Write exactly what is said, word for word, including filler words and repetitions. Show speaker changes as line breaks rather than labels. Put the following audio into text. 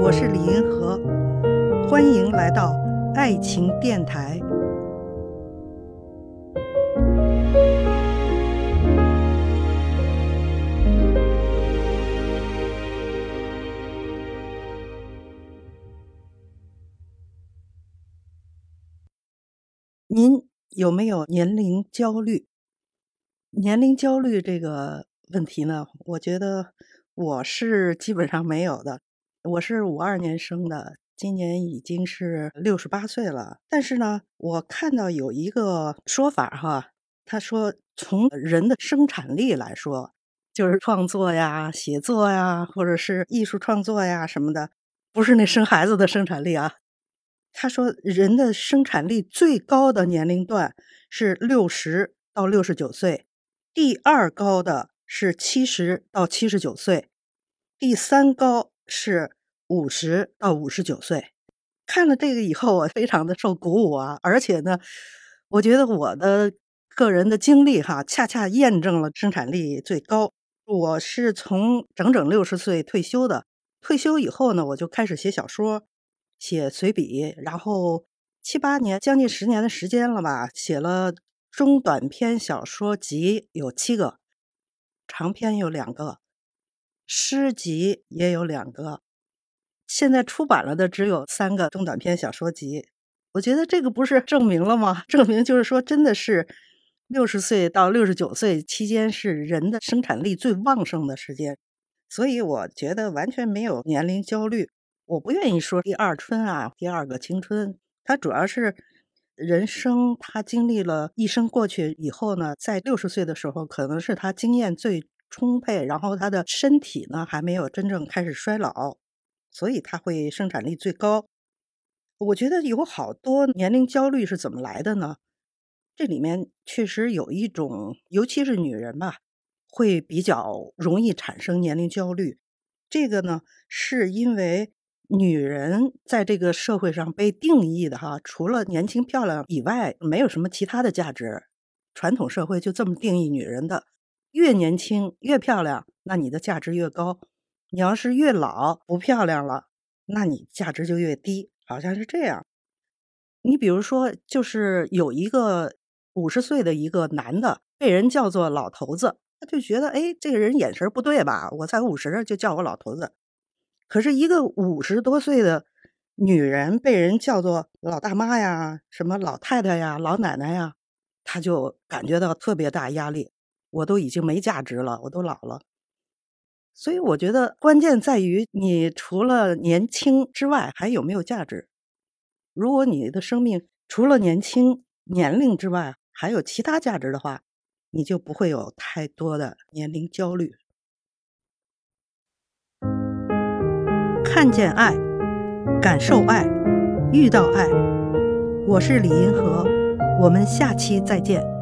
我是李银河，欢迎来到爱情电台。您有没有年龄焦虑？年龄焦虑这个问题呢，我觉得我是基本上没有的。我是五二年生的，今年已经是六十八岁了。但是呢，我看到有一个说法哈，他说从人的生产力来说，就是创作呀、写作呀，或者是艺术创作呀什么的，不是那生孩子的生产力啊。他说人的生产力最高的年龄段是六十到六十九岁，第二高的是七十到七十九岁，第三高是五十到五十九岁。看了这个以后，我非常的受鼓舞啊！而且呢，我觉得我的个人的经历哈，恰恰验证了生产力最高。我是从整整六十岁退休的，退休以后呢，我就开始写小说，写随笔，然后七八年，将近十年的时间了吧，写了中短篇小说集有七个，长篇有两个，诗集也有两个，现在出版了的只有三个中短篇小说集。我觉得这个不是证明了吗？证明就是说真的是六十岁到六十九岁期间是人的生产力最旺盛的时间，所以我觉得完全没有年龄焦虑。我不愿意说第二春啊，第二个青春，它主要是人生他经历了一生过去以后呢，在六十岁的时候可能是他经验最充沛，然后他的身体呢还没有真正开始衰老，所以他会生产力最高。我觉得有好多年龄焦虑是怎么来的呢？这里面确实有一种，尤其是女人吧，会比较容易产生年龄焦虑。这个呢，是因为女人在这个社会上被定义的哈，除了年轻漂亮以外，没有什么其他的价值。传统社会就这么定义女人的，越年轻越漂亮，那你的价值越高；你要是越老不漂亮了，那你价值就越低，好像是这样。你比如说，就是有一个五十岁的一个男的，被人叫做老头子，他就觉得，哎，这个人眼神不对吧？我才五十就叫我老头子。可是一个五十多岁的女人被人叫做老大妈呀、什么老太太呀、老奶奶呀，她就感觉到特别大压力。我都已经没价值了，我都老了。所以我觉得关键在于你除了年轻之外还有没有价值。如果你的生命除了年轻年龄之外还有其他价值的话，你就不会有太多的年龄焦虑。看见爱，感受爱，遇到爱。我是李银河，我们下期再见。